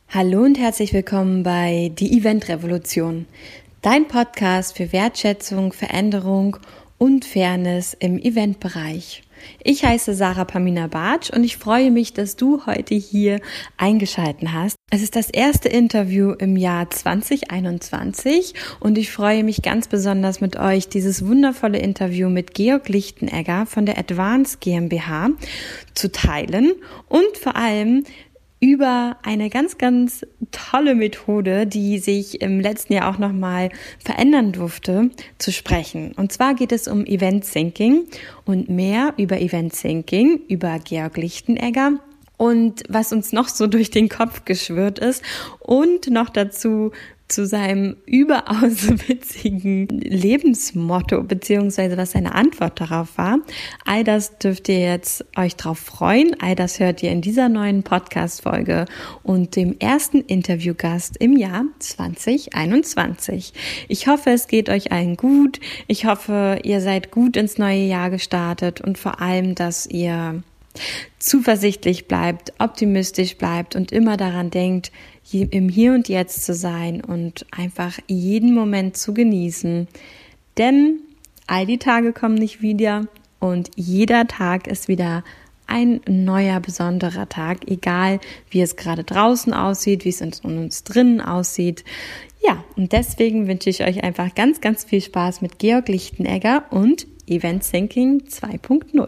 Hallo und herzlich willkommen bei Die Event-Revolution, dein Podcast für Wertschätzung, Veränderung und Fairness im Eventbereich. Ich heiße Sarah Pamina Bartsch und ich freue mich, dass du heute hier eingeschaltet hast. Es ist das erste Interview im Jahr 2021 und ich freue mich ganz besonders mit euch, dieses wundervolle Interview mit Georg Lichtenegger von der Advance GmbH zu teilen und vor allem über eine ganz, ganz tolle Methode, die sich im letzten Jahr auch nochmal verändern durfte, zu sprechen. Und zwar geht es um Event Syncing und mehr über Event Syncing, über Georg Lichtenegger und was uns noch so durch den Kopf geschwirrt ist und noch dazu zu seinem überaus witzigen Lebensmotto, beziehungsweise was seine Antwort darauf war. All das dürft ihr jetzt euch drauf freuen. All das hört ihr in dieser neuen Podcast-Folge und dem ersten Interviewgast im Jahr 2021. Ich hoffe, es geht euch allen gut. Ich hoffe, ihr seid gut ins neue Jahr gestartet und vor allem, dass ihr zuversichtlich bleibt, optimistisch bleibt und immer daran denkt, im Hier und Jetzt zu sein und einfach jeden Moment zu genießen. Denn all die Tage kommen nicht wieder und jeder Tag ist wieder ein neuer, besonderer Tag, egal wie es gerade draußen aussieht, wie es in uns drinnen aussieht. Ja, und deswegen wünsche ich euch einfach ganz, ganz viel Spaß mit Georg Lichtenegger und Event Syncing 2.0.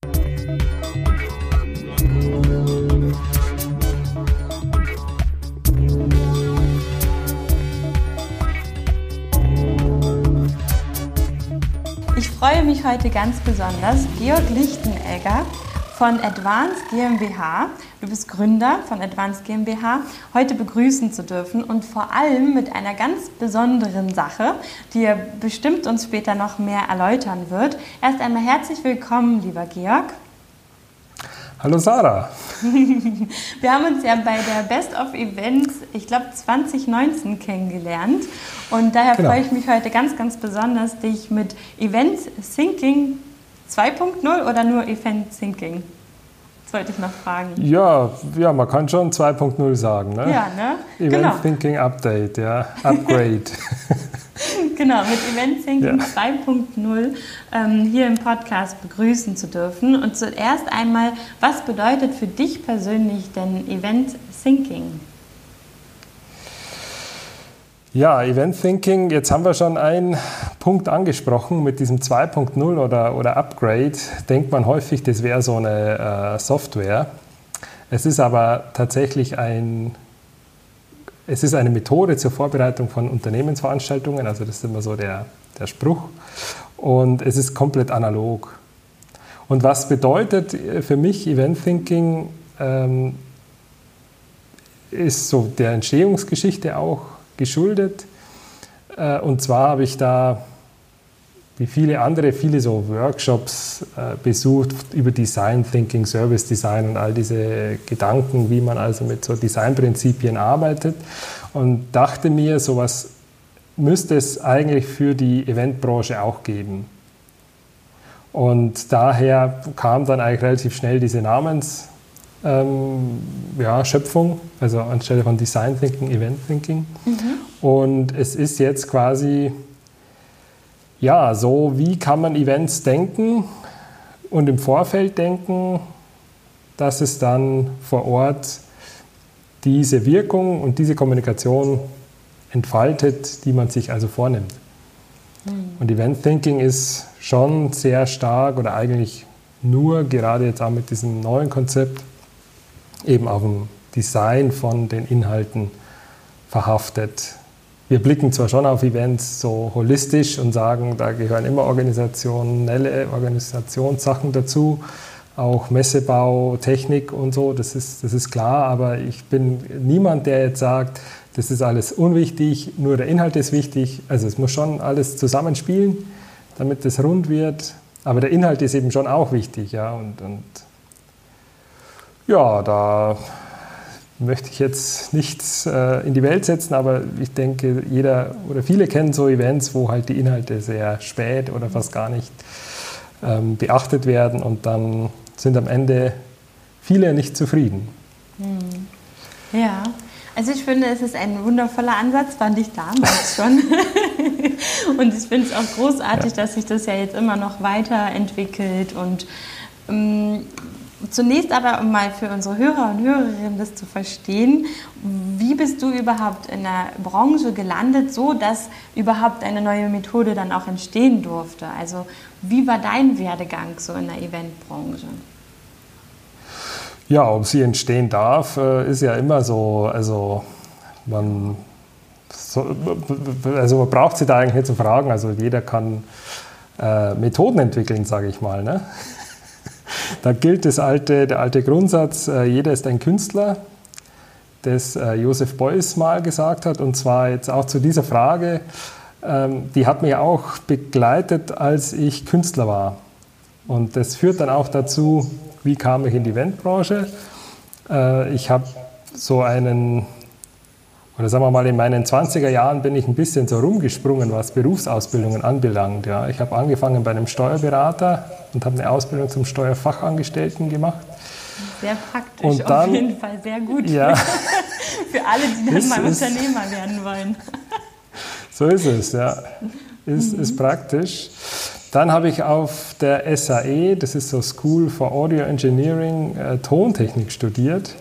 Ich freue mich heute ganz besonders, Georg Lichtenegger von Advance GmbH, du bist Gründer von Advance GmbH, heute begrüßen zu dürfen und vor allem mit einer ganz besonderen Sache, die er bestimmt uns später noch mehr erläutern wird. Erst einmal herzlich willkommen, lieber Georg. Hallo Sarah. Wir haben uns ja bei der Best of Events, ich glaube 2019 kennengelernt und daher freue ich mich heute ganz, ganz besonders, dich mit Event Syncing 2.0 oder nur Event Syncing? Das wollte ich noch fragen. Ja, man kann schon 2.0 sagen. Ne? Ja, ne? Event Syncing Update, ja, Upgrade. Genau, mit Event Syncing 2.0 hier im Podcast begrüßen zu dürfen. Und zuerst einmal, was bedeutet für dich persönlich denn Event Syncing? Ja, Event Syncing, jetzt haben wir schon einen Punkt angesprochen mit diesem 2.0 oder Upgrade. Denkt man häufig, das wäre so eine Software. Es ist aber tatsächlich eine Methode zur Vorbereitung von Unternehmensveranstaltungen, also das ist immer so der Spruch. Und es ist komplett analog. Und was bedeutet für mich Event Thinking, ist so der Entstehungsgeschichte auch geschuldet. Und zwar habe ich da, wie viele andere, viele so Workshops besucht über Design Thinking, Service Design und all diese Gedanken, wie man also mit so Designprinzipien arbeitet. Und dachte mir, sowas müsste es eigentlich für die Eventbranche auch geben. Und daher kam dann eigentlich relativ schnell diese Schöpfung, also anstelle von Design Thinking, Event Thinking. Und es ist jetzt quasi, so wie kann man Events denken und im Vorfeld denken, dass es dann vor Ort diese Wirkung und diese Kommunikation entfaltet, die man sich also vornimmt. Und Event Thinking ist schon sehr stark oder eigentlich nur gerade jetzt auch mit diesem neuen Konzept eben auf dem Design von den Inhalten verhaftet. Wir blicken zwar schon auf Events so holistisch und sagen, da gehören immer organisationelle Organisationssachen dazu, auch Messebau, Technik und so, das ist klar, aber ich bin niemand, der jetzt sagt, das ist alles unwichtig, nur der Inhalt ist wichtig. Also es muss schon alles zusammenspielen, damit es rund wird, aber der Inhalt ist eben schon auch wichtig, ja, da möchte ich jetzt nichts in die Welt setzen, aber ich denke, jeder oder viele kennen so Events, wo halt die Inhalte sehr spät oder fast gar nicht beachtet werden und dann sind am Ende viele nicht zufrieden. Ja, Also ich finde, es ist ein wundervoller Ansatz, fand ich damals schon. Und ich finde es auch großartig, dass sich das ja jetzt immer noch weiterentwickelt. Und zunächst aber, um mal für unsere Hörer und Hörerinnen das zu verstehen, wie bist du überhaupt in der Branche gelandet, so dass überhaupt eine neue Methode dann auch entstehen durfte? Also wie war dein Werdegang so in der Eventbranche? Ja, ob sie entstehen darf, ist ja immer so. Also man braucht sie da eigentlich nicht zu fragen. Also jeder kann Methoden entwickeln, sage ich mal. Ne? Da gilt der alte Grundsatz, jeder ist ein Künstler, das Joseph Beuys mal gesagt hat. Und zwar jetzt auch zu dieser Frage, die hat mich auch begleitet, als ich Künstler war. Und das führt dann auch dazu, wie kam ich in die Eventbranche? Ich habe oder sagen wir mal, in meinen 20er Jahren bin ich ein bisschen so rumgesprungen, was Berufsausbildungen anbelangt. Ja. Ich habe angefangen bei einem Steuerberater und habe eine Ausbildung zum Steuerfachangestellten gemacht. Sehr praktisch, und dann, auf jeden Fall sehr gut. Ja, für alle, die dann mal Unternehmer werden wollen. So ist es, ja. Ist praktisch. Dann habe ich auf der SAE, das ist so School for Audio Engineering, Tontechnik studiert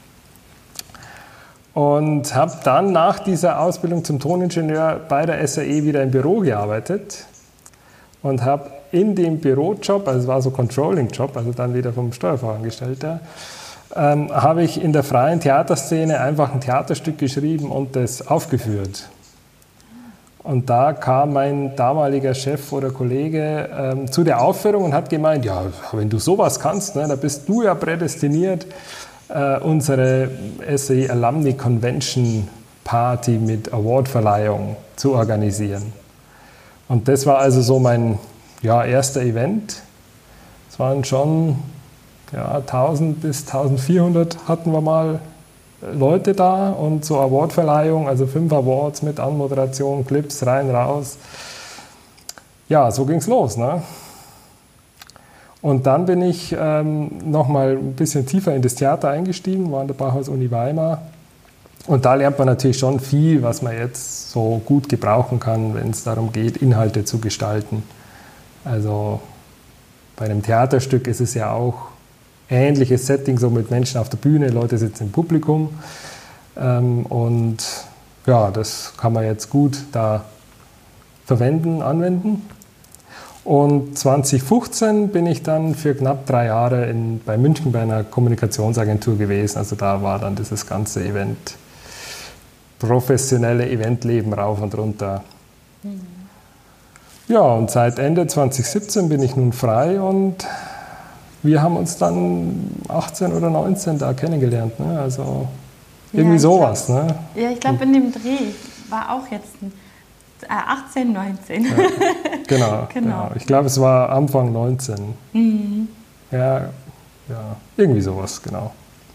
und habe dann nach dieser Ausbildung zum Toningenieur bei der SAE wieder im Büro gearbeitet und habe in dem Bürojob, also es war so Controlling-Job, also dann wieder vom Steuerfachangestellter, habe ich in der freien Theaterszene einfach ein Theaterstück geschrieben und das aufgeführt. Und da kam mein damaliger Chef oder Kollege zu der Aufführung und hat gemeint, ja, wenn du sowas kannst, ne, da bist du ja prädestiniert, unsere SAE Alumni Convention Party mit Awardverleihung zu organisieren. Und das war also so mein erster Event. Es waren schon 1000 bis 1400 hatten wir mal Leute da und so Awardverleihung, also 5 Awards mit Anmoderation, Clips, rein, raus. Ja, so ging's los. Ne? Und dann bin ich nochmal ein bisschen tiefer in das Theater eingestiegen, war an der Bauhaus-Uni Weimar. Und da lernt man natürlich schon viel, was man jetzt so gut gebrauchen kann, wenn es darum geht, Inhalte zu gestalten. Also bei einem Theaterstück ist es ja auch ähnliches Setting, so mit Menschen auf der Bühne, Leute sitzen im Publikum. Und ja, das kann man jetzt gut da anwenden. Und 2015 bin ich dann für knapp 3 Jahre bei München bei einer Kommunikationsagentur gewesen. Also da war dann dieses ganze professionelle Eventleben rauf und runter. Mhm. Ja, und seit Ende 2017 bin ich nun frei und wir haben uns dann 18 oder 19 da kennengelernt, ne? Also irgendwie sowas. Ne? Ja, ich glaube in dem Dreh war auch jetzt 18, 19. Ja, genau. Ich glaube, es war Anfang 19. Mhm. Ja, irgendwie sowas, genau.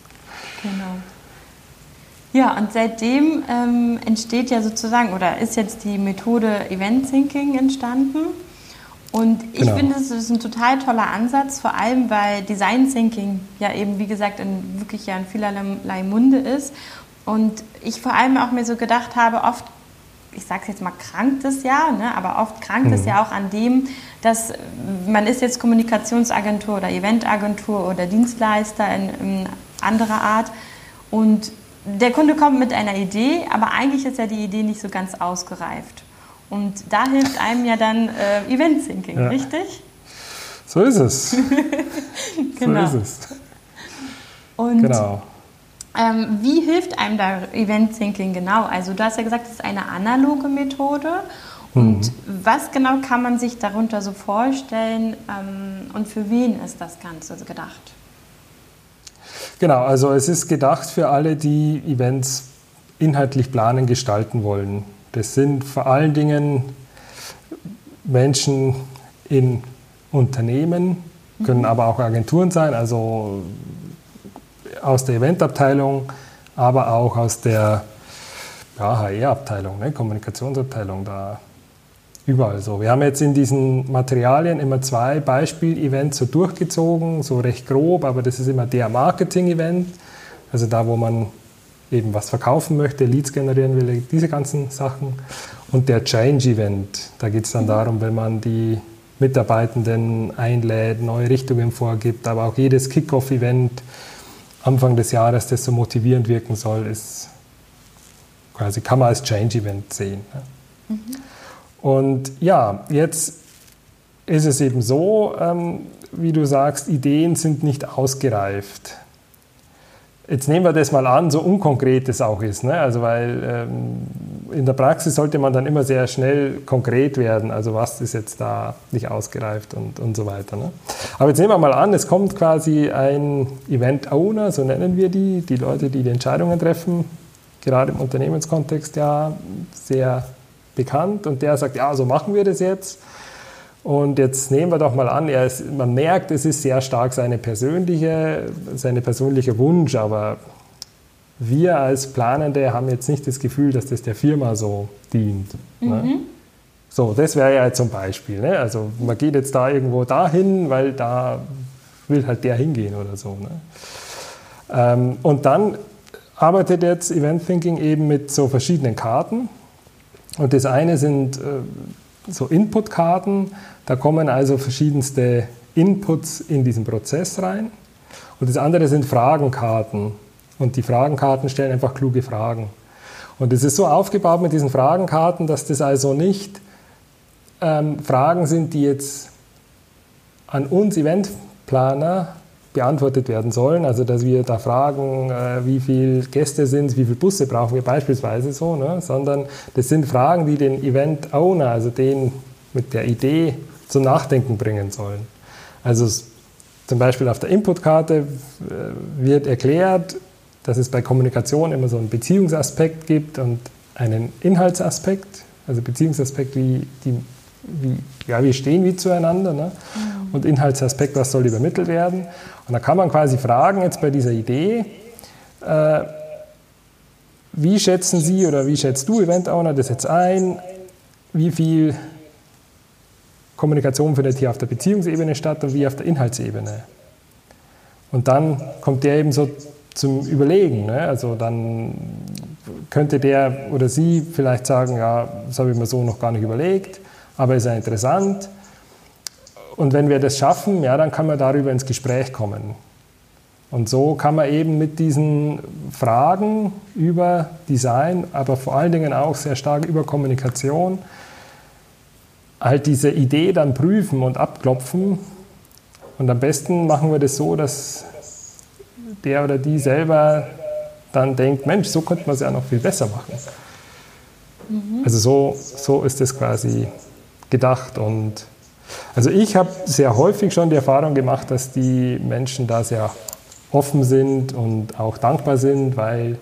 Ja, und seitdem entsteht ja sozusagen, oder ist jetzt die Methode Event Thinking entstanden. Und ich finde, es ist ein total toller Ansatz, vor allem weil Design Thinking ja eben, wie gesagt, wirklich in vielerlei Munde ist. Und ich vor allem auch mir so gedacht habe, oft, ich sage es jetzt mal, krankt es ja, ne? Aber oft krankt es ja auch an dem, dass man ist jetzt Kommunikationsagentur oder Eventagentur oder Dienstleister in anderer Art und der Kunde kommt mit einer Idee, aber eigentlich ist ja die Idee nicht so ganz ausgereift. Und da hilft einem ja dann Event Thinking, richtig? So ist es. Genau. So ist es. Und wie hilft einem da Event Thinking genau? Also du hast ja gesagt, es ist eine analoge Methode. Und was genau kann man sich darunter so vorstellen und für wen ist das Ganze gedacht? Genau, also es ist gedacht für alle, die Events inhaltlich planen, gestalten wollen. Das sind vor allen Dingen Menschen in Unternehmen, können aber auch Agenturen sein, also aus der Eventabteilung, aber auch aus der HR-Abteilung, ne, Kommunikationsabteilung, da überall so. Wir haben jetzt in diesen Materialien immer 2 Beispiel-Events so durchgezogen, so recht grob, aber das ist immer der Marketing-Event, also da, wo man eben was verkaufen möchte, Leads generieren will, diese ganzen Sachen. Und der Change-Event, da geht es dann darum, wenn man die Mitarbeitenden einlädt, neue Richtungen vorgibt, aber auch jedes Kick-Off-Event Anfang des Jahres, das so motivierend wirken soll, ist quasi, kann man als Change-Event sehen. Mhm. Und ja, jetzt ist es eben so, wie du sagst, Ideen sind nicht ausgereift. Jetzt nehmen wir das mal an, so unkonkret es auch ist. Ne? Also weil in der Praxis sollte man dann immer sehr schnell konkret werden. Also was ist jetzt da nicht ausgereift und so weiter. Ne? Aber jetzt nehmen wir mal an, es kommt quasi ein Event-Owner, so nennen wir die Leute, die Entscheidungen treffen, gerade im Unternehmenskontext ja sehr bekannt. Und der sagt, ja, so machen wir das jetzt. Und jetzt nehmen wir doch mal an, man merkt, es ist sehr stark sein persönlicher Wunsch, aber wir als Planende haben jetzt nicht das Gefühl, dass das der Firma so dient. Mhm. Ne? So, das wäre ja zum Beispiel. Ne? Also man geht jetzt da irgendwo dahin, weil da will halt der hingehen oder so. Ne? Und dann arbeitet jetzt Event Thinking eben mit so verschiedenen Karten. Und das eine sind so Input-Karten, da kommen also verschiedenste Inputs in diesen Prozess rein. Und das andere sind Fragenkarten. Und die Fragenkarten stellen einfach kluge Fragen. Und es ist so aufgebaut mit diesen Fragenkarten, dass das also nicht Fragen sind, die jetzt an uns Eventplaner beantwortet werden sollen. Also dass wir da fragen, wie viele Gäste sind es, wie viele Busse brauchen wir beispielsweise so, ne? Sondern das sind Fragen, die den Event-Owner, also den mit der Idee zum Nachdenken bringen sollen. Also zum Beispiel auf der Inputkarte wird erklärt, dass es bei Kommunikation immer so einen Beziehungsaspekt gibt und einen Inhaltsaspekt. Also Beziehungsaspekt, wie stehen wir zueinander, ne? Und Inhaltsaspekt, was soll übermittelt werden. Und da kann man quasi fragen jetzt bei dieser Idee, wie schätzen Sie oder wie schätzt du, Event Owner, das jetzt ein? Wie viel Kommunikation findet hier auf der Beziehungsebene statt und wie auf der Inhaltsebene? Und dann kommt der eben so zum Überlegen. Ne? Also dann könnte der oder sie vielleicht sagen, ja, das habe ich mir so noch gar nicht überlegt, aber ist ja interessant. Und wenn wir das schaffen, ja, dann kann man darüber ins Gespräch kommen. Und so kann man eben mit diesen Fragen über Design, aber vor allen Dingen auch sehr stark über Kommunikation, halt diese Idee dann prüfen und abklopfen. Und am besten machen wir das so, dass der oder die selber dann denkt, Mensch, so könnte man es ja noch viel besser machen. Mhm. Also so ist das quasi gedacht. Und also ich habe sehr häufig schon die Erfahrung gemacht, dass die Menschen da sehr offen sind und auch dankbar sind, weil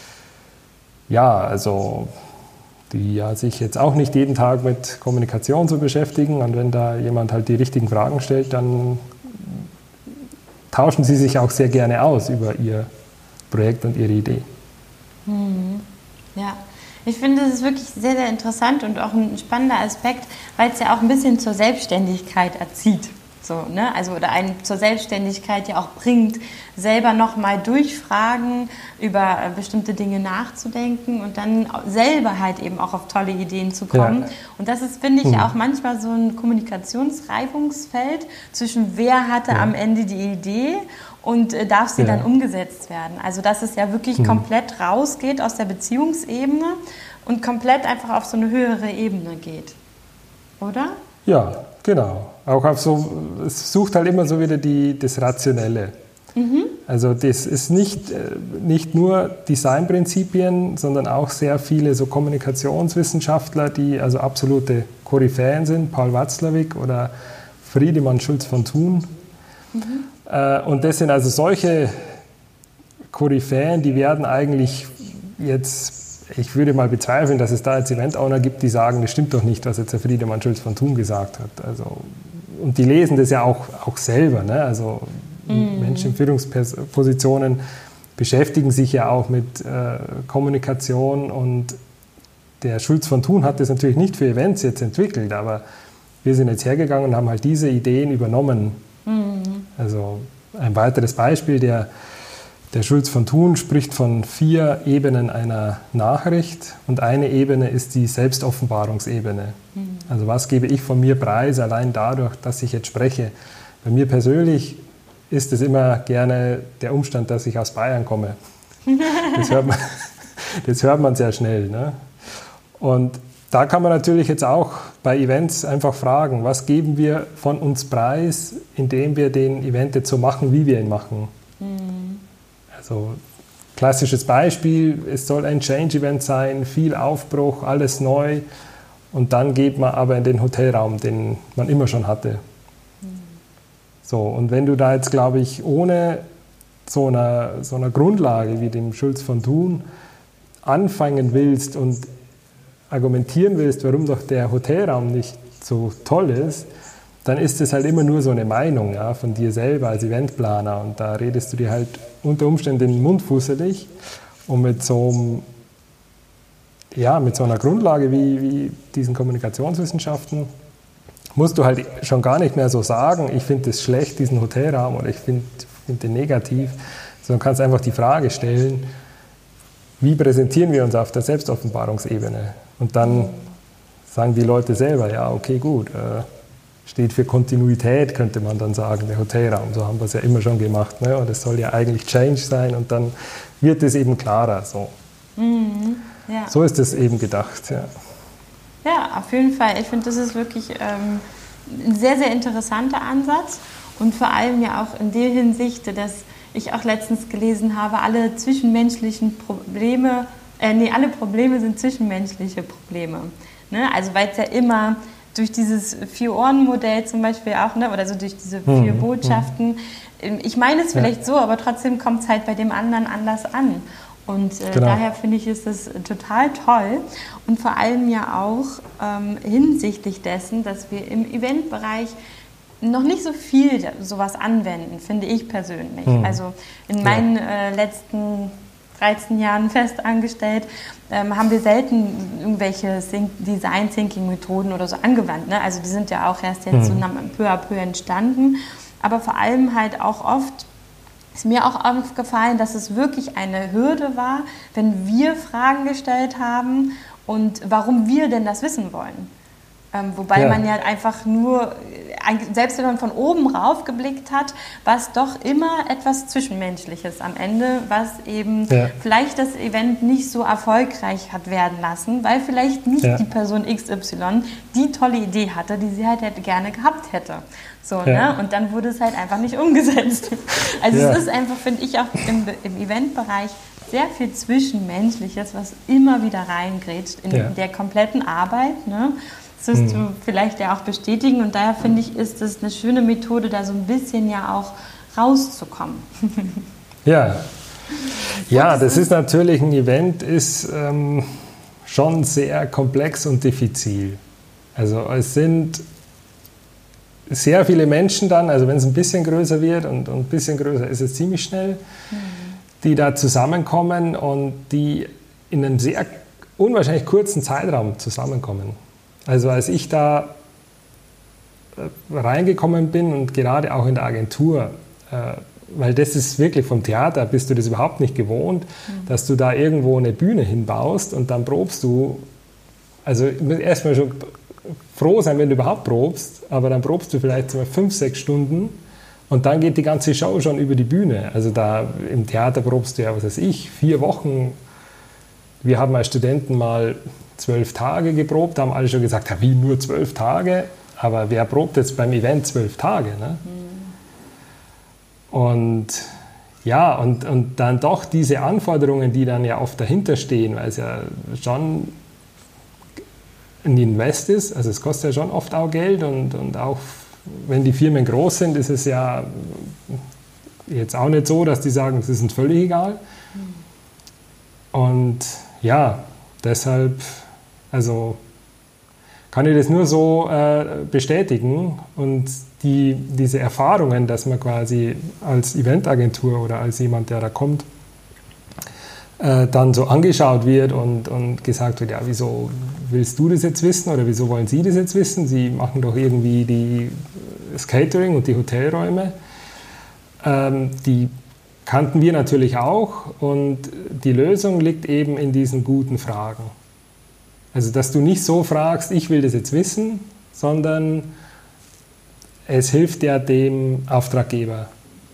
die sich jetzt auch nicht jeden Tag mit Kommunikation so beschäftigen, und wenn da jemand halt die richtigen Fragen stellt, dann tauschen sie sich auch sehr gerne aus über ihr Projekt und ihre Idee. Mhm. Ja. Ich finde, das ist wirklich sehr, sehr interessant und auch ein spannender Aspekt, weil es ja auch ein bisschen zur Selbstständigkeit erzieht. So, ne? Also, oder einen zur Selbstständigkeit ja auch bringt, selber nochmal durchfragen, über bestimmte Dinge nachzudenken und dann selber halt eben auch auf tolle Ideen zu kommen. Ja. Und das ist, finde ich, auch manchmal so ein Kommunikationsreibungsfeld zwischen wer hatte am Ende die Idee und darf sie dann umgesetzt werden. Also dass es ja wirklich komplett rausgeht aus der Beziehungsebene und komplett einfach auf so eine höhere Ebene geht. Oder? Ja, genau. Auch auf es sucht halt immer so wieder das Rationelle. Mhm. Also das ist nicht nur Designprinzipien, sondern auch sehr viele so Kommunikationswissenschaftler, die also absolute Koryphäen sind, Paul Watzlawick oder Friedemann Schulz von Thun. Mhm. Und das sind also solche Koryphäen, die werden eigentlich jetzt, ich würde mal bezweifeln, dass es da jetzt Event-Owner gibt, die sagen, das stimmt doch nicht, was jetzt der Friedemann Schulz von Thun gesagt hat. Also, und die lesen das ja auch selber. Ne? Also Menschen in Führungspositionen beschäftigen sich ja auch mit Kommunikation, und der Schulz von Thun hat das natürlich nicht für Events jetzt entwickelt, aber wir sind jetzt hergegangen und haben halt diese Ideen übernommen. Also ein weiteres Beispiel, der Der Schulz von Thun spricht von 4 Ebenen einer Nachricht und eine Ebene ist die Selbstoffenbarungsebene. Also was gebe ich von mir preis, allein dadurch, dass ich jetzt spreche. Bei mir persönlich ist es immer gerne der Umstand, dass ich aus Bayern komme. Das hört man sehr schnell. Ne? Und da kann man natürlich jetzt auch bei Events einfach fragen, was geben wir von uns preis, indem wir den Event jetzt so machen, wie wir ihn machen. Also klassisches Beispiel, es soll ein Change-Event sein, viel Aufbruch, alles neu und dann geht man aber in den Hotelraum, den man immer schon hatte. So, und wenn du da jetzt, glaube ich, ohne so einer Grundlage wie dem Schulz von Thun anfangen willst und argumentieren willst, warum doch der Hotelraum nicht so toll ist, dann ist es halt immer nur so eine Meinung, ja, von dir selber als Eventplaner und da redest du dir halt unter Umständen den Mund fusselig und mit so einer Grundlage wie diesen Kommunikationswissenschaften musst du halt schon gar nicht mehr so sagen, ich finde es schlecht, diesen Hotelraum, oder ich finde den negativ, sondern kannst einfach die Frage stellen, wie präsentieren wir uns auf der Selbstoffenbarungsebene? Und dann sagen die Leute selber, ja, okay, gut, steht für Kontinuität, könnte man dann sagen, der Hotelraum. So haben wir es ja immer schon gemacht. Ne? Und es soll ja eigentlich Change sein und dann wird es eben klarer. So, Ja. So ist es eben gedacht. Ja. Ja, auf jeden Fall. Ich finde, das ist wirklich ein sehr, sehr interessanter Ansatz und vor allem ja auch in der Hinsicht, dass ich auch letztens gelesen habe, alle zwischenmenschlichen Probleme, alle Probleme sind zwischenmenschliche Probleme. Ne? Also weil es ja immer durch dieses 4-Ohren-Modell zum Beispiel auch, ne, oder so durch diese 4 Botschaften, ich meine es vielleicht so, aber trotzdem kommt es halt bei dem anderen anders an. Und genau. Daher finde ich, ist das total toll und vor allem ja auch hinsichtlich dessen, dass wir im Eventbereich noch nicht so viel sowas anwenden, finde ich persönlich. Also in meinen letzten 13 Jahren fest angestellt, haben wir selten irgendwelche Design-Thinking-Methoden oder so angewandt. Ne? Also die sind ja auch erst jetzt so peu à peu entstanden, aber vor allem halt auch oft ist mir auch aufgefallen, dass es wirklich eine Hürde war, wenn wir Fragen gestellt haben und warum wir denn das wissen wollen. Wobei man ja einfach nur, selbst wenn man von oben rauf geblickt hat, war es doch immer etwas Zwischenmenschliches am Ende, was eben vielleicht das Event nicht so erfolgreich hat werden lassen, weil vielleicht nicht die Person XY die tolle Idee hatte, die sie halt gerne gehabt hätte. So, ne? Und dann wurde es halt einfach nicht umgesetzt. Also es ist einfach, finde ich, auch im Eventbereich sehr viel Zwischenmenschliches, was immer wieder reingrätscht in der kompletten Arbeit, ne? Das wirst du vielleicht ja auch bestätigen und daher finde ich, ist es eine schöne Methode, da so ein bisschen ja auch rauszukommen. Ja, das ist natürlich, ein Event ist schon sehr komplex und diffizil. Also es sind sehr viele Menschen dann, also wenn es ein bisschen größer wird und ein bisschen größer ist es ziemlich schnell, die da zusammenkommen und die in einem sehr unwahrscheinlich kurzen Zeitraum zusammenkommen. Also als ich da reingekommen bin und gerade auch in der Agentur, weil das ist wirklich vom Theater, bist du das überhaupt nicht gewohnt, dass du da irgendwo eine Bühne hinbaust und dann probst du, also erstmal schon froh sein, wenn du überhaupt probst, aber dann probst du vielleicht 5, 6 Stunden und dann geht die ganze Show schon über die Bühne. Also da im Theater probst du ja, was weiß ich, 4 Wochen. Wir haben als Studenten mal 12 Tage geprobt, haben alle schon gesagt, ja, wie nur 12 Tage? Aber wer probt jetzt beim Event 12 Tage? Ne? Und ja, und dann doch diese Anforderungen, die dann ja oft dahinter stehen, weil es ja schon ein Invest ist, also es kostet ja schon oft auch Geld und auch wenn die Firmen groß sind, ist es ja jetzt auch nicht so, dass die sagen, es ist uns völlig egal. Und ja, deshalb, also kann ich das nur so bestätigen und diese Erfahrungen, dass man quasi als Eventagentur oder als jemand, der da kommt, dann so angeschaut wird und gesagt wird, ja, wieso willst du das jetzt wissen oder wieso wollen Sie das jetzt wissen? Sie machen doch irgendwie das Catering und die Hotelräume. Die kannten wir natürlich auch und die Lösung liegt eben in diesen guten Fragen. Also, dass du nicht so fragst, ich will das jetzt wissen, sondern es hilft ja dem Auftraggeber.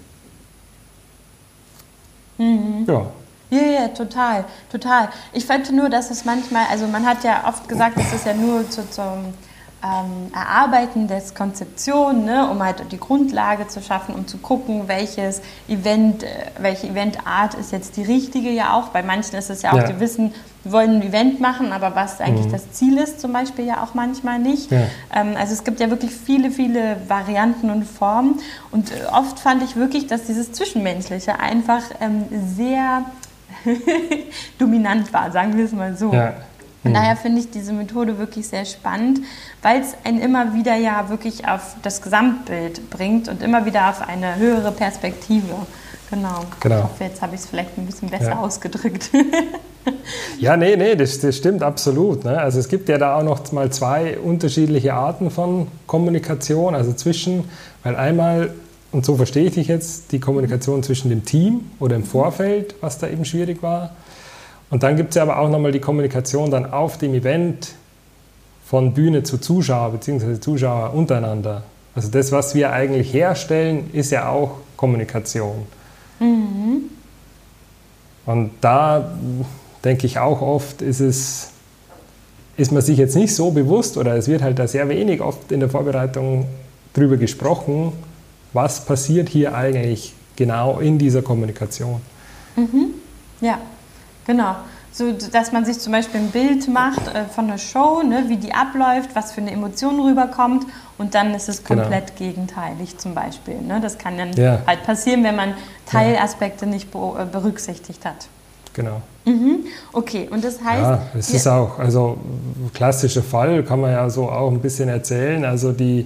Mhm. Ja. Ja, total, total. Ich fand nur, dass es manchmal, also man hat ja oft gesagt, es ist ja nur zum Erarbeiten des Konzeption, ne, um halt die Grundlage zu schaffen, um zu gucken, welche Eventart ist jetzt die richtige ja auch. Bei manchen ist es ja auch, die wissen, wir wollen ein Event machen, aber was eigentlich das Ziel ist, zum Beispiel ja auch manchmal nicht. Ja. Also es gibt ja wirklich viele, viele Varianten und Formen und oft fand ich wirklich, dass dieses Zwischenmenschliche einfach sehr dominant war, sagen wir es mal so. Ja. Von daher finde ich diese Methode wirklich sehr spannend, weil es einen immer wieder ja wirklich auf das Gesamtbild bringt und immer wieder auf eine höhere Perspektive. Genau. Ich hoffe, jetzt habe ich es vielleicht ein bisschen besser ausgedrückt. Ja, nee, das stimmt absolut. Ne? Also es gibt ja da auch noch mal zwei unterschiedliche Arten von Kommunikation, also weil einmal, und so verstehe ich dich jetzt, die Kommunikation zwischen dem Team oder im Vorfeld, was da eben schwierig war. Und dann gibt es ja aber auch nochmal die Kommunikation dann auf dem Event von Bühne zu Zuschauer bzw. Zuschauer untereinander. Also das, was wir eigentlich herstellen, ist ja auch Kommunikation. Mhm. Und da denke ich auch oft, ist man sich jetzt nicht so bewusst oder es wird halt da sehr wenig oft in der Vorbereitung drüber gesprochen, was passiert hier eigentlich genau in dieser Kommunikation. Mhm. Ja. Genau, so dass man sich zum Beispiel ein Bild macht von der Show, ne, wie die abläuft, was für eine Emotion rüberkommt und dann ist es komplett gegenteilig zum Beispiel. Ne? Das kann dann halt passieren, wenn man Teilaspekte nicht berücksichtigt hat. Genau. Mhm. Okay, und das heißt... Ja, es ist auch, also klassischer Fall kann man ja so auch ein bisschen erzählen, also die...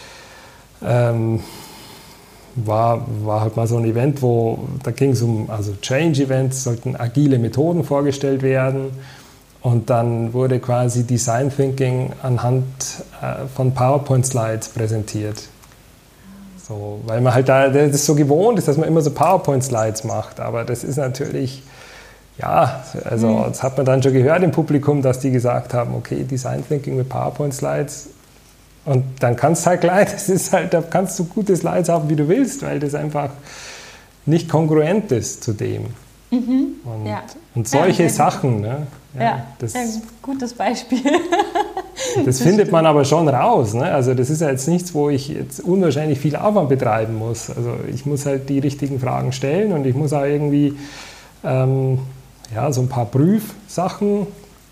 war halt mal so ein Event, da ging es um Change-Events, sollten agile Methoden vorgestellt werden und dann wurde quasi Design Thinking anhand von PowerPoint-Slides präsentiert. So, weil man halt das so gewohnt ist, dass man immer so PowerPoint-Slides macht, aber das ist natürlich, das hat man dann schon gehört im Publikum, dass die gesagt haben, okay, Design Thinking mit PowerPoint-Slides. Und dann kannst du halt gleich, da kannst du gute Slides haben, wie du willst, weil das einfach nicht kongruent ist zu dem. Mhm. Und solche Sachen. Ne? Das ist ein gutes Beispiel. Das findet man aber schon raus. Ne? Also das ist ja jetzt nichts, wo ich jetzt unwahrscheinlich viel Aufwand betreiben muss. Also ich muss halt die richtigen Fragen stellen und ich muss auch irgendwie so ein paar Prüfsachen.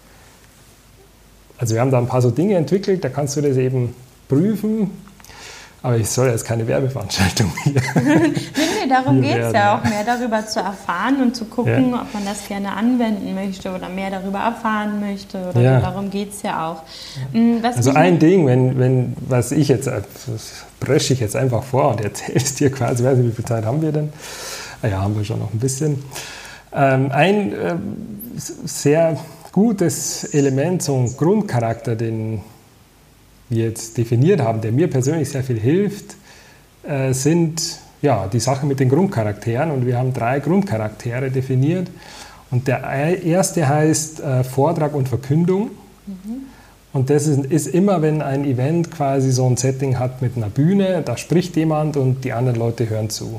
Also wir haben da ein paar so Dinge entwickelt, da kannst du das eben prüfen. Aber ich soll jetzt keine Werbeveranstaltung hier. Nee, darum geht es ja auch, mehr darüber zu erfahren und zu gucken, ob man das gerne anwenden möchte oder mehr darüber erfahren möchte. Oder darum geht es ja auch. Also ein Ding, was ich jetzt, das presche ich jetzt einfach vor und erzähle es dir quasi, ich weiß nicht, wie viel Zeit haben wir denn? Haben wir schon noch ein bisschen. Ein sehr gutes Element, so ein Grundcharakter, den wir jetzt definiert haben, der mir persönlich sehr viel hilft, sind die Sachen mit den Grundcharakteren. Und wir haben 3 Grundcharaktere definiert. Und der erste heißt Vortrag und Verkündung. Mhm. Und das ist immer, wenn ein Event quasi so ein Setting hat mit einer Bühne, da spricht jemand und die anderen Leute hören zu.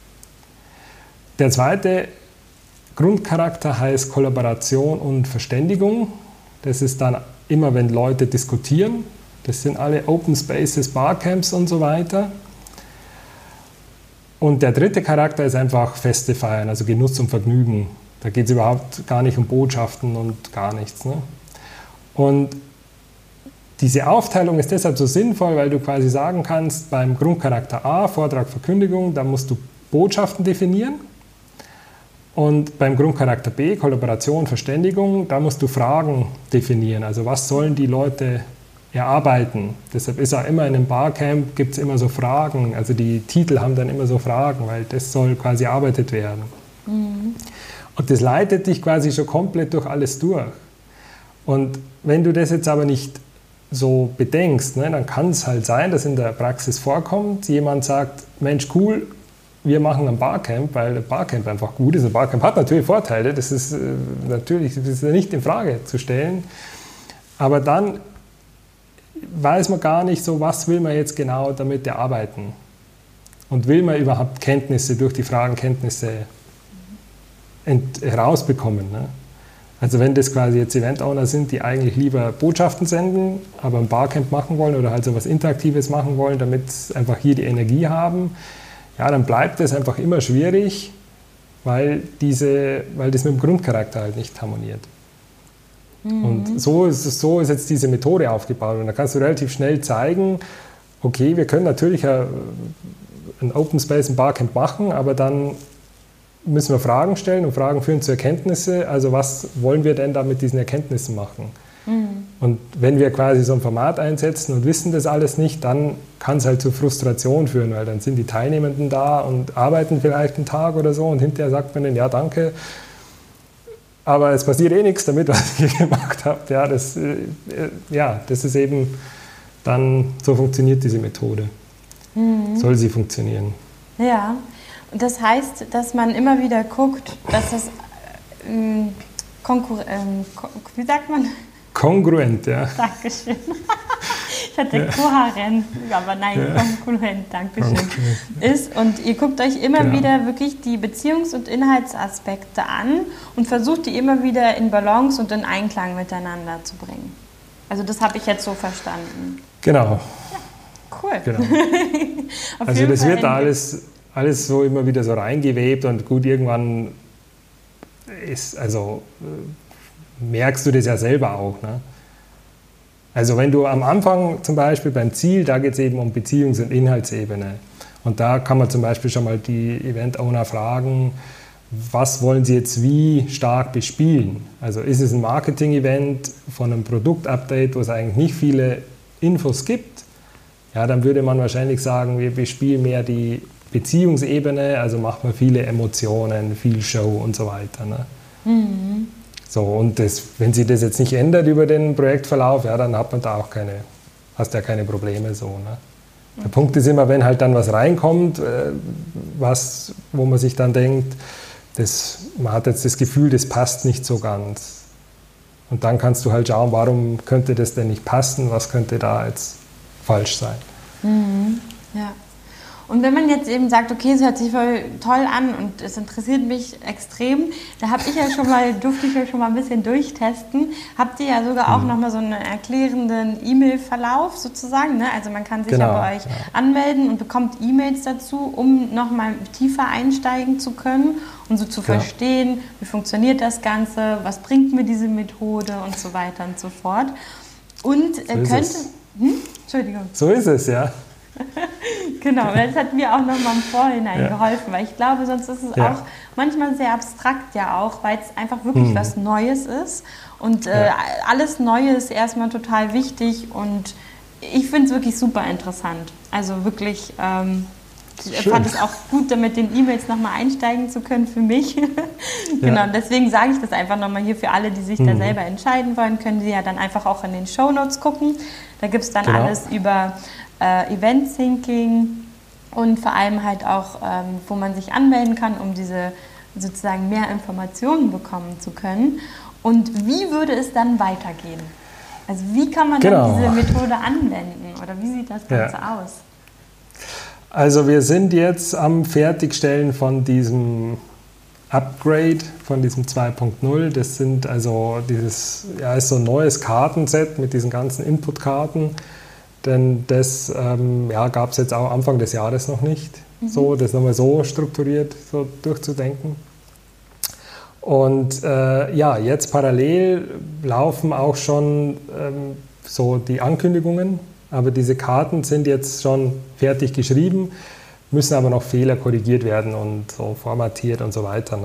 Der zweite Grundcharakter heißt Kollaboration und Verständigung. Das ist dann immer, wenn Leute diskutieren. Das sind alle Open Spaces, Barcamps und so weiter. Und der dritte Charakter ist einfach Feste feiern, also Genuss und Vergnügen. Da geht es überhaupt gar nicht um Botschaften und gar nichts. Ne? Und diese Aufteilung ist deshalb so sinnvoll, weil du quasi sagen kannst, beim Grundcharakter A, Vortrag, Verkündigung, da musst du Botschaften definieren. Und beim Grundcharakter B, Kollaboration, Verständigung, da musst du Fragen definieren. Also was sollen die Leute erarbeiten? Deshalb ist auch immer in einem Barcamp, gibt es immer so Fragen. Also die Titel haben dann immer so Fragen, weil das soll quasi erarbeitet werden. Mhm. Und das leitet dich quasi schon komplett durch alles durch. Und wenn du das jetzt aber nicht so bedenkst, ne, dann kann es halt sein, dass in der Praxis vorkommt, jemand sagt, Mensch, cool, wir machen ein Barcamp, weil ein Barcamp einfach gut ist. Ein Barcamp hat natürlich Vorteile, das ist nicht in Frage zu stellen. Aber dann weiß man gar nicht so, was will man jetzt genau damit erarbeiten. Und will man überhaupt Kenntnisse durch die Fragenkenntnisse herausbekommen. Ne? Also wenn das quasi jetzt Event-Owner sind, die eigentlich lieber Botschaften senden, aber ein Barcamp machen wollen oder halt so was Interaktives machen wollen, damit sie einfach hier die Energie haben, ja, dann bleibt es einfach immer schwierig, weil das mit dem Grundcharakter halt nicht harmoniert. Und so ist jetzt diese Methode aufgebaut. Und da kannst du relativ schnell zeigen, okay, wir können natürlich ein Open Space, ein Barcamp machen, aber dann müssen wir Fragen stellen und Fragen führen zu Erkenntnisse. Also was wollen wir denn da mit diesen Erkenntnissen machen? Und wenn wir quasi so ein Format einsetzen und wissen das alles nicht, dann kann es halt zu Frustration führen, weil dann sind die Teilnehmenden da und arbeiten vielleicht einen Tag oder so und hinterher sagt man denen, ja danke, aber es passiert eh nichts damit, was ihr gemacht habt. Ja, das ist eben dann, so funktioniert diese Methode. Soll sie funktionieren. Ja, und das heißt, dass man immer wieder guckt, dass das wie sagt man? Kongruent, ja. Dankeschön. Ich hatte kohärent, aber nein, kongruent, Dankeschön. Ist. Und ihr guckt euch immer wieder wirklich die Beziehungs- und Inhaltsaspekte an und versucht die immer wieder in Balance und in Einklang miteinander zu bringen. Also das habe ich jetzt so verstanden. Genau. Ja, cool. Genau. Also das wird da alles so immer wieder so reingewebt und gut, irgendwann merkst du das ja selber auch. Ne? Also wenn du am Anfang zum Beispiel beim Ziel, da geht es eben um Beziehungs- und Inhaltsebene. Und da kann man zum Beispiel schon mal die Event-Owner fragen, was wollen sie jetzt wie stark bespielen? Also ist es ein Marketing-Event von einem Produktupdate, wo es eigentlich nicht viele Infos gibt? Ja, dann würde man wahrscheinlich sagen, wir bespielen mehr die Beziehungsebene, also macht man viele Emotionen, viel Show und so weiter. Ne? So, und wenn sich das jetzt nicht ändert über den Projektverlauf, ja, dann hat man da auch hast ja keine Probleme so. Ne? Der Punkt ist immer, wenn halt dann was reinkommt, wo man sich dann denkt, man hat jetzt das Gefühl, das passt nicht so ganz. Und dann kannst du halt schauen, warum könnte das denn nicht passen, was könnte da jetzt falsch sein. Ja. Und wenn man jetzt eben sagt, okay, es hört sich voll toll an und es interessiert mich extrem, da durfte ich ja schon mal ein bisschen durchtesten. Habt ihr ja sogar auch nochmal so einen erklärenden E-Mail-Verlauf sozusagen, ne? Also man kann sich ja bei euch anmelden und bekommt E-Mails dazu, um nochmal tiefer einsteigen zu können und so zu verstehen, wie funktioniert das Ganze, was bringt mir diese Methode und so weiter und so fort. Und Entschuldigung. So ist es, ja. Genau, das hat mir auch nochmal im Vorhinein geholfen, weil ich glaube, sonst ist es auch manchmal sehr abstrakt ja auch, weil es einfach wirklich was Neues ist und alles Neue ist erstmal total wichtig und ich finde es wirklich super interessant. Also wirklich, ich fand es auch gut, mit den E-Mails nochmal einsteigen zu können für mich. Genau, und deswegen sage ich das einfach nochmal hier für alle, die sich da selber entscheiden wollen, können Sie ja dann einfach auch in den Shownotes gucken. Da gibt es dann alles über Event Thinking und vor allem halt auch, wo man sich anmelden kann, um diese sozusagen mehr Informationen bekommen zu können. Und wie würde es dann weitergehen? Also wie kann man dann diese Methode anwenden oder wie sieht das Ganze aus? Also wir sind jetzt am Fertigstellen von diesem Upgrade, von diesem 2.0. Das sind also ist so ein neues Kartenset mit diesen ganzen Inputkarten. Denn das gab es jetzt auch Anfang des Jahres noch nicht, das nochmal so strukturiert so durchzudenken. Und jetzt parallel laufen auch schon so die Ankündigungen, aber diese Karten sind jetzt schon fertig geschrieben, müssen aber noch Fehler korrigiert werden und so formatiert und so weiter.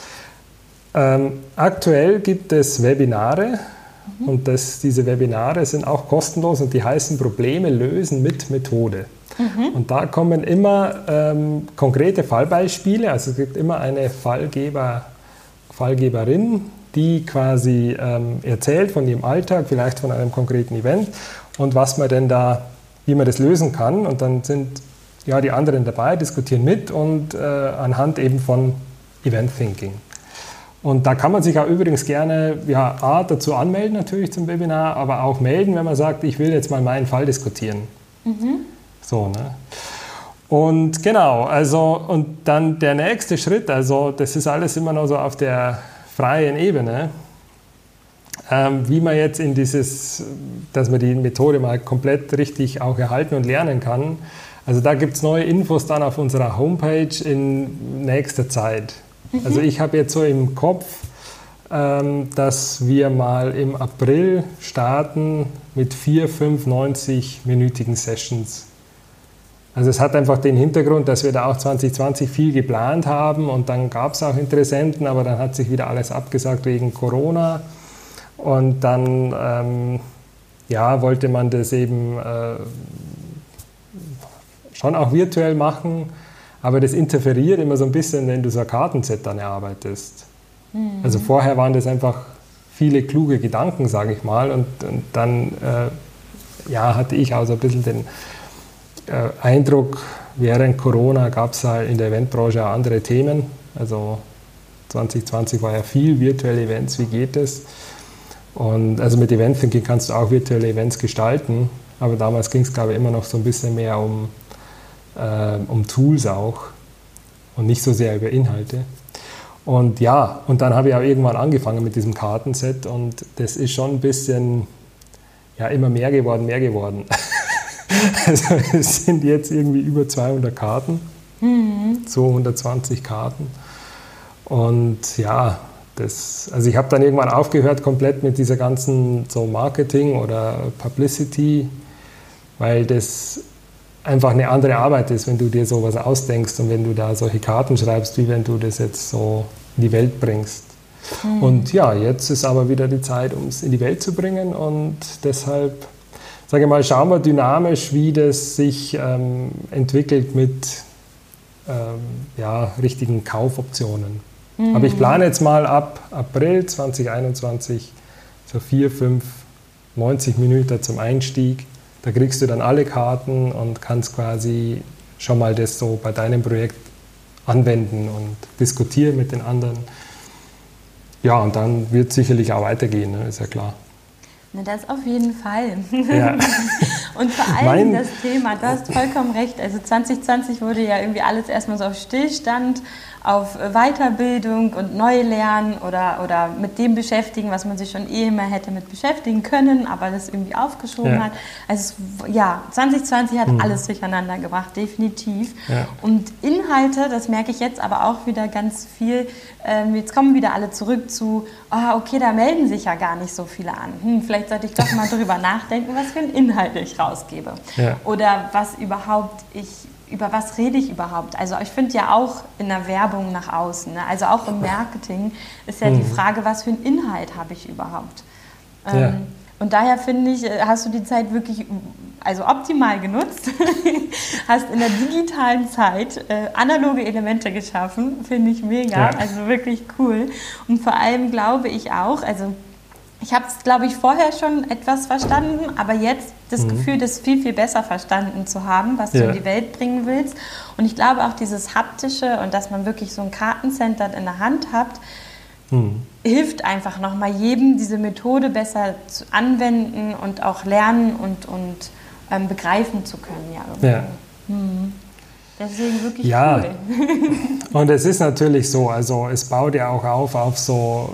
Ne? Aktuell gibt es Webinare. Und diese Webinare sind auch kostenlos und die heißen Probleme lösen mit Methode. Und da kommen immer konkrete Fallbeispiele, also es gibt immer eine Fallgeberin, die quasi erzählt von ihrem Alltag, vielleicht von einem konkreten Event und wie man das lösen kann. Und dann sind ja, die anderen dabei, diskutieren mit und anhand eben von Event Thinking. Und da kann man sich auch übrigens gerne dazu anmelden natürlich zum Webinar, aber auch melden, wenn man sagt, ich will jetzt mal meinen Fall diskutieren. So, ne? Und genau, also und dann der nächste Schritt, also das ist alles immer noch so auf der freien Ebene, wie man jetzt in dass man die Methode mal komplett richtig auch erhalten und lernen kann. Also da gibt es neue Infos dann auf unserer Homepage in nächster Zeit. Also ich habe jetzt so im Kopf, dass wir mal im April starten mit 4, 5, 90-minütigen Sessions. Also es hat einfach den Hintergrund, dass wir da auch 2020 viel geplant haben und dann gab es auch Interessenten, aber dann hat sich wieder alles abgesagt wegen Corona. Und dann wollte man das eben schon auch virtuell machen, aber das interferiert immer so ein bisschen, wenn du so ein Kartenset dann erarbeitest. Also vorher waren das einfach viele kluge Gedanken, sage ich mal, und dann hatte ich auch so ein bisschen den Eindruck, während Corona gab es halt in der Eventbranche auch andere Themen. Also 2020 war ja viel virtuelle Events, wie geht es? Und also mit Event Thinking kannst du auch virtuelle Events gestalten, aber damals ging es, glaube ich, immer noch so ein bisschen mehr um Tools auch und nicht so sehr über Inhalte. Und ja, und dann habe ich auch irgendwann angefangen mit diesem Kartenset und das ist schon ein bisschen immer mehr geworden. Also es sind jetzt irgendwie über 200 Karten, 220 Karten. Und ja, also ich habe dann irgendwann aufgehört komplett mit dieser ganzen so Marketing oder Publicity, weil das einfach eine andere Arbeit ist, wenn du dir sowas ausdenkst und wenn du da solche Karten schreibst, wie wenn du das jetzt so in die Welt bringst. Und ja, jetzt ist aber wieder die Zeit, um es in die Welt zu bringen und deshalb, sage ich mal, schauen wir dynamisch, wie das sich entwickelt mit richtigen Kaufoptionen. Aber ich plane jetzt mal ab April 2021 so 4, 5, 90 Minuten zum Einstieg. Da kriegst du dann alle Karten und kannst quasi schon mal das so bei deinem Projekt anwenden und diskutieren mit den anderen. Ja, und dann wird es sicherlich auch weitergehen, ne? Ist ja klar. Na, das auf jeden Fall. Ja. Und vor allem das Thema, du hast vollkommen recht. Also 2020 wurde ja irgendwie alles erstmal so auf Stillstand, auf Weiterbildung und Neulernen oder mit dem beschäftigen, was man sich schon immer hätte mit beschäftigen können, aber das irgendwie aufgeschoben hat. Also 2020 hat alles durcheinander gebracht, definitiv. Ja. Und Inhalte, das merke ich jetzt aber auch wieder ganz viel, jetzt kommen wieder alle zurück zu, okay, da melden sich ja gar nicht so viele an. Vielleicht sollte ich doch mal drüber nachdenken, was für einen Inhalt ich rausgebe. Ja. Oder über was rede ich überhaupt? Also ich finde ja auch in der Werbung nach außen, ne? Also auch im Marketing ist ja die Frage, was für einen Inhalt habe ich überhaupt? Und daher finde ich, hast du die Zeit wirklich optimal genutzt, hast in der digitalen Zeit analoge Elemente geschaffen, finde ich mega, also wirklich cool. Und vor allem glaube ich auch, also ich habe es, glaube ich, vorher schon etwas verstanden, aber jetzt das Gefühl, das viel, viel besser verstanden zu haben, was du in die Welt bringen willst. Und ich glaube auch dieses Haptische und dass man wirklich so ein Kartencenter in der Hand hat, hilft einfach nochmal jedem, diese Methode besser zu anwenden und auch lernen und begreifen zu können. Ja. Deswegen wirklich cool. Und es ist natürlich so, also es baut ja auch auf so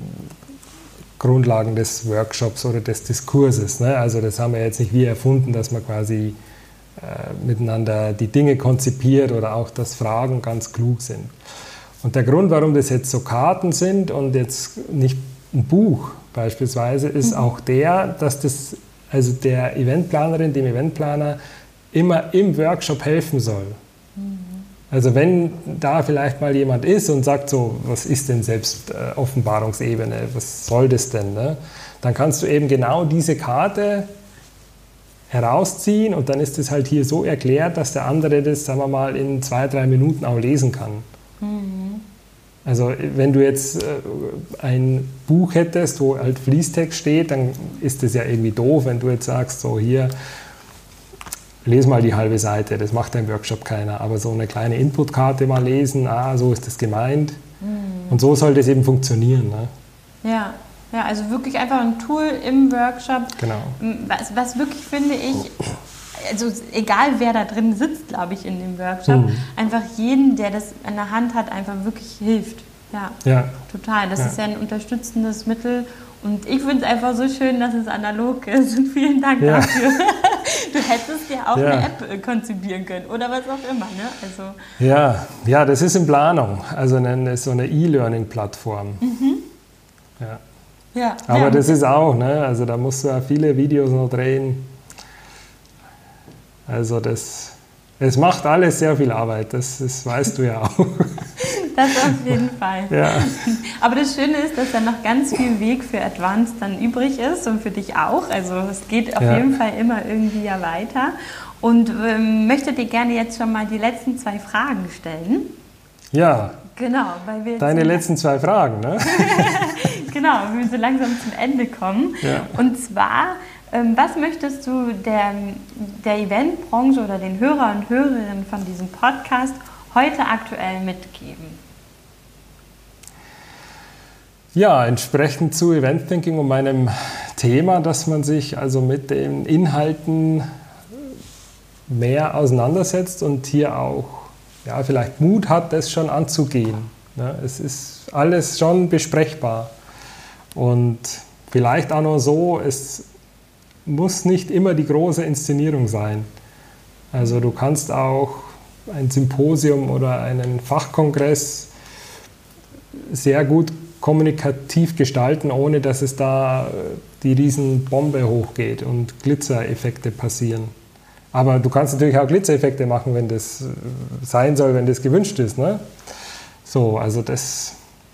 Grundlagen des Workshops oder des Diskurses. Ne? Also das haben wir jetzt nicht wir erfunden, dass man quasi miteinander die Dinge konzipiert oder auch, dass Fragen ganz klug sind. Und der Grund, warum das jetzt so Karten sind und jetzt nicht ein Buch beispielsweise, ist auch dass das also der Eventplanerin, dem Eventplaner immer im Workshop helfen soll. Also wenn da vielleicht mal jemand ist und sagt so, was ist denn Selbstoffenbarungsebene, was soll das denn, ne? Dann kannst du eben genau diese Karte herausziehen und dann ist es halt hier so erklärt, dass der andere das, sagen wir mal, in 2, 3 Minuten auch lesen kann. Also wenn du jetzt ein Buch hättest, wo halt Fließtext steht, dann ist das ja irgendwie doof, wenn du jetzt sagst, so hier, lese mal die halbe Seite, das macht im Workshop keiner, aber so eine kleine Inputkarte mal lesen, so ist das gemeint. Und so soll das eben funktionieren. Ne? Ja, also wirklich einfach ein Tool im Workshop, genau. was wirklich, finde ich, also egal wer da drin sitzt, glaube ich, in dem Workshop, einfach jeden, der das in der Hand hat, einfach wirklich hilft. Ja, total. Das ist ja ein unterstützendes Mittel. Und ich finde es einfach so schön, dass es analog ist. Und vielen Dank dafür. Du hättest ja auch eine App konzipieren können oder was auch immer. Ne? Also ja, das ist in Planung. Also so eine E-Learning-Plattform. Aber das ist auch, ne? Also da musst du ja viele Videos noch drehen. Also es macht alles sehr viel Arbeit, das weißt du ja auch. Das auf jeden Fall. Ja. Aber das Schöne ist, dass da noch ganz viel Weg für Advanced dann übrig ist und für dich auch. Also es geht auf jeden Fall immer irgendwie weiter. Und möchte dir gerne jetzt schon mal die letzten 2 Fragen stellen. Ja. Genau, weil wir deine letzten 2 Fragen, ne? Genau, wir so langsam zum Ende kommen. Ja. Und zwar, was möchtest du der Eventbranche oder den Hörer und Hörerinnen von diesem Podcast heute aktuell mitgeben? Ja, entsprechend zu Event Thinking und meinem Thema, dass man sich also mit den Inhalten mehr auseinandersetzt und hier auch vielleicht Mut hat, das schon anzugehen. Ja, es ist alles schon besprechbar. Und vielleicht auch nur so, es muss nicht immer die große Inszenierung sein. Also du kannst auch ein Symposium oder einen Fachkongress sehr gut kommunikativ gestalten, ohne dass es da die Riesenbombe hochgeht und Glitzereffekte passieren. Aber du kannst natürlich auch Glitzereffekte machen, wenn das sein soll, wenn das gewünscht ist. Ne? So, also das,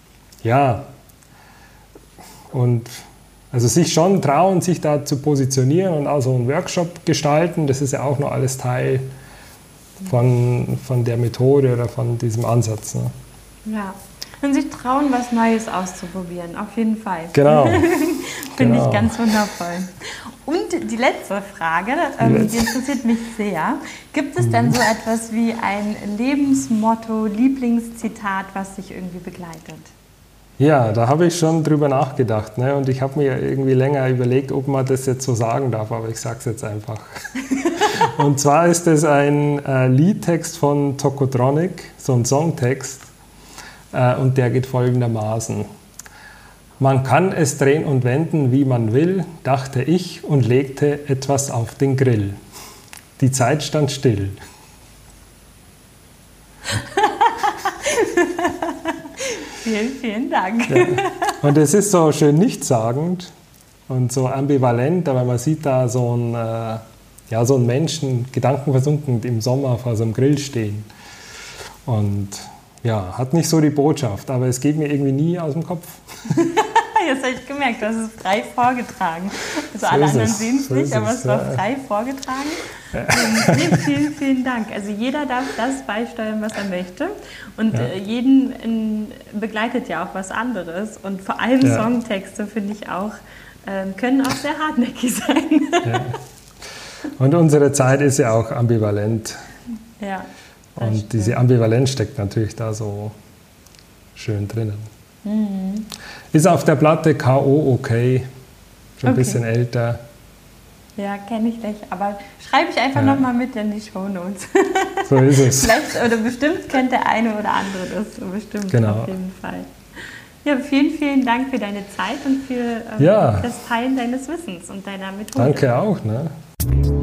und also sich schon trauen, sich da zu positionieren und auch so einen Workshop gestalten, das ist ja auch noch alles Teil von der Methode oder von diesem Ansatz. Ne? Ja, und sich trauen, was Neues auszuprobieren, auf jeden Fall. Genau. Finde ich ganz wundervoll. Und die letzte Frage, die interessiert mich sehr. Gibt es denn so etwas wie ein Lebensmotto, Lieblingszitat, was dich irgendwie begleitet? Ja, da habe ich schon drüber nachgedacht. Ne? Und ich habe mir irgendwie länger überlegt, ob man das jetzt so sagen darf, aber ich sage es jetzt einfach. Und zwar ist es ein Liedtext von Tokotronic, so ein Songtext. Und der geht folgendermaßen. Man kann es drehen und wenden, wie man will, dachte ich und legte etwas auf den Grill. Die Zeit stand still. Vielen, vielen Dank. Ja. Und es ist so schön nichtssagend und so ambivalent, aber man sieht da so einen Menschen gedankenversunken im Sommer vor so einem Grill stehen. Und hat nicht so die Botschaft, aber es geht mir irgendwie nie aus dem Kopf. Jetzt habe ich gemerkt, du hast es frei vorgetragen. Also alle anderen sehen es nicht, aber es war frei vorgetragen. Vielen, vielen Dank. Also jeder darf das beisteuern, was er möchte. Und jeden begleitet ja auch was anderes. Und vor allem Songtexte, finde ich auch, können auch sehr hartnäckig sein. Ja. Und unsere Zeit ist ja auch ambivalent. Ja. Und diese Ambivalenz steckt natürlich da so schön drinnen. Mhm. Ist auf der Platte K.O. schon ein bisschen älter. Ja, kenne ich nicht, aber schreibe ich einfach nochmal mit in die Shownotes. So ist es. Vielleicht oder bestimmt kennt der eine oder andere das, bestimmt auf jeden Fall. Ja, vielen, vielen Dank für deine Zeit und für das Teilen deines Wissens und deiner Methode. Danke auch. Ne?